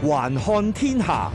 環看天下，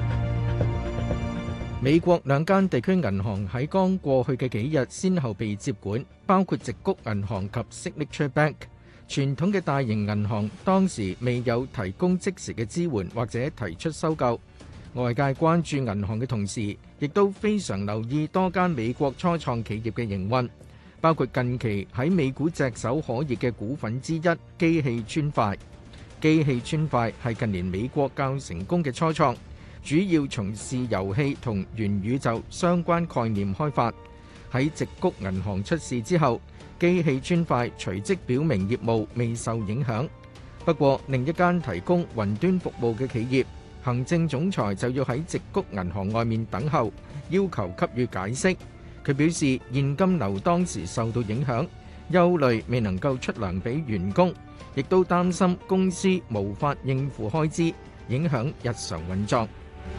美國兩間地區銀行喺剛過去嘅幾日先後被接管，包括矽谷銀行及 Signature Bank。傳統嘅大型銀行當時未有提供即時嘅支援或者提出收購。外界關注銀行嘅同時，亦都非常留意多間美國初創企業嘅營運，包括近期喺美股炙手可熱嘅股份之一機器磚塊。機器磚塊係近年美國較成功嘅初創，主要從事遊戲同元宇宙相關概念開發。喺矽谷銀行出事之後，機器磚塊隨即表明業務未受影響。不過另一間提供雲端服務嘅企業，行政總裁就要喺矽谷銀行外面等候，要求給予解釋。佢表示現金流當時受到影響，憂慮未能夠出糧俾員工，亦都擔心公司無法應付開支，影響日常運作。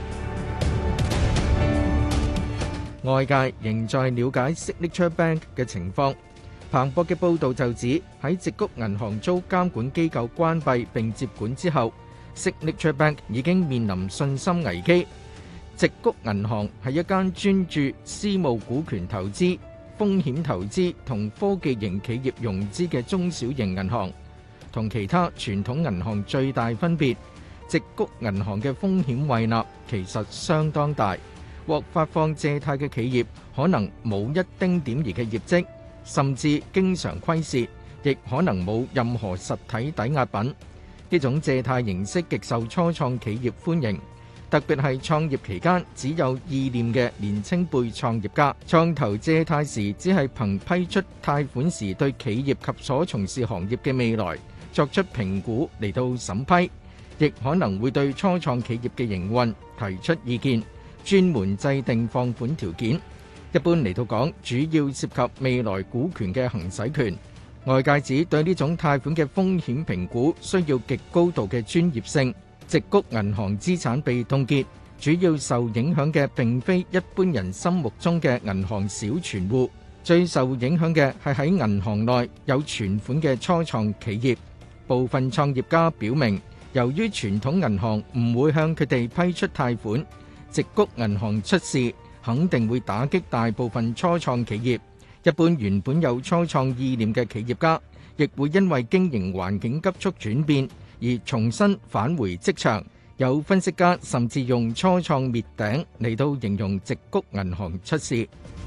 外界仍在了解 Signature Bank 嘅情況。彭博嘅報導就指喺矽谷銀行遭監管機構關閉並接管之後， Signature Bank 已經面臨信心危機。矽谷銀行係一間專注私募股權投資、風險投資同科技型企業融資嘅中小型銀行。同其他傳統銀行最大分別，矽谷銀行嘅風險胃納其實相當大，獲發放借貸嘅企業可能冇一丁點兒嘅業績，甚至經常虧蝕，亦可能冇任何實體抵押品。呢種借貸形式極受初創企業歡迎，特別係創業期間只有意念嘅年青輩創業家。創投借貸時只係憑批出貸款時對企業及所從事行業嘅未來作出評估嚟到審批，亦可能會對初創企業嘅營運提出意見，專門制定放款條件。一般嚟到講，主要涉及未來股權嘅行使權。外界指對呢種貸款嘅風險評估需要極高度嘅專業性。矽谷銀行資產被凍結，主要受影響嘅並非一般人心目中嘅銀行小存戶，最受影響嘅係喺銀行內有存款嘅初創企業。部分創業家表明，由於傳統銀行唔會向佢哋批出貸款，矽谷銀行出事肯定會打擊大部分初創企業。一般原本有初創意念嘅企業家，亦會因為經營環境急速轉變而重新返回職場。有分析家甚至用初創滅頂嚟到形容矽谷銀行出事。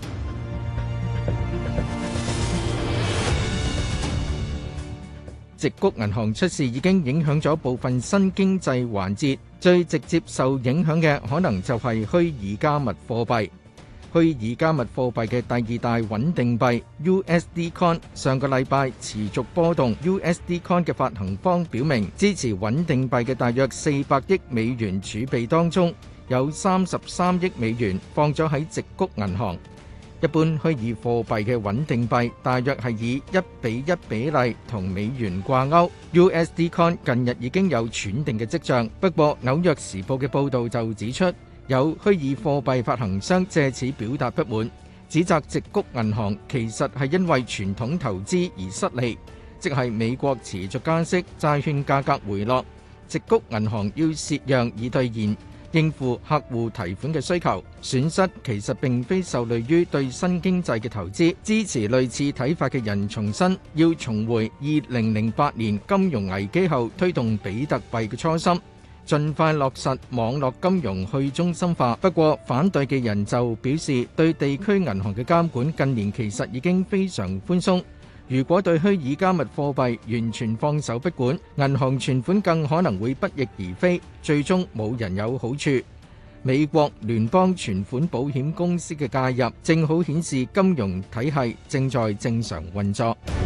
矽谷銀行出事已經影響咗部分新經濟環節，最直接受影響嘅可能就係虛擬加密貨幣。虛擬加密貨幣嘅第二大穩定幣 USDCoin 上個禮拜持續波動。USDCoin 嘅發行方表明，支持穩定幣嘅大約400億美元儲備當中，有33億美元放咗喺矽谷銀行。一般虛擬貨幣嘅穩定幣大約係以1:1比例同美元掛鈎。USDCoin 近日已經有喘定嘅跡象，不過紐約時報嘅報導就指出，有虛擬貨幣發行商借此表達不滿，指責矽谷銀行其實係因為傳統投資而失利，即係美國持續加息、債券價格回落，矽谷銀行要蝕讓以兌現，應付客戶提款嘅需求。損失其實並非受累於對新經濟嘅投資。支持類似睇法嘅人重申，要重回2008年金融危機後推動比特幣嘅初心，盡快落實網絡金融去中心化。不過反對嘅人就表示，對地區銀行嘅監管近年其實已經非常寬鬆。如果對虛擬加密貨幣完全放手不管，銀行存款更可能會不翼而飛，最終冇人有好處。美國聯邦存款保險公司嘅介入，正好顯示金融體系正在正常運作。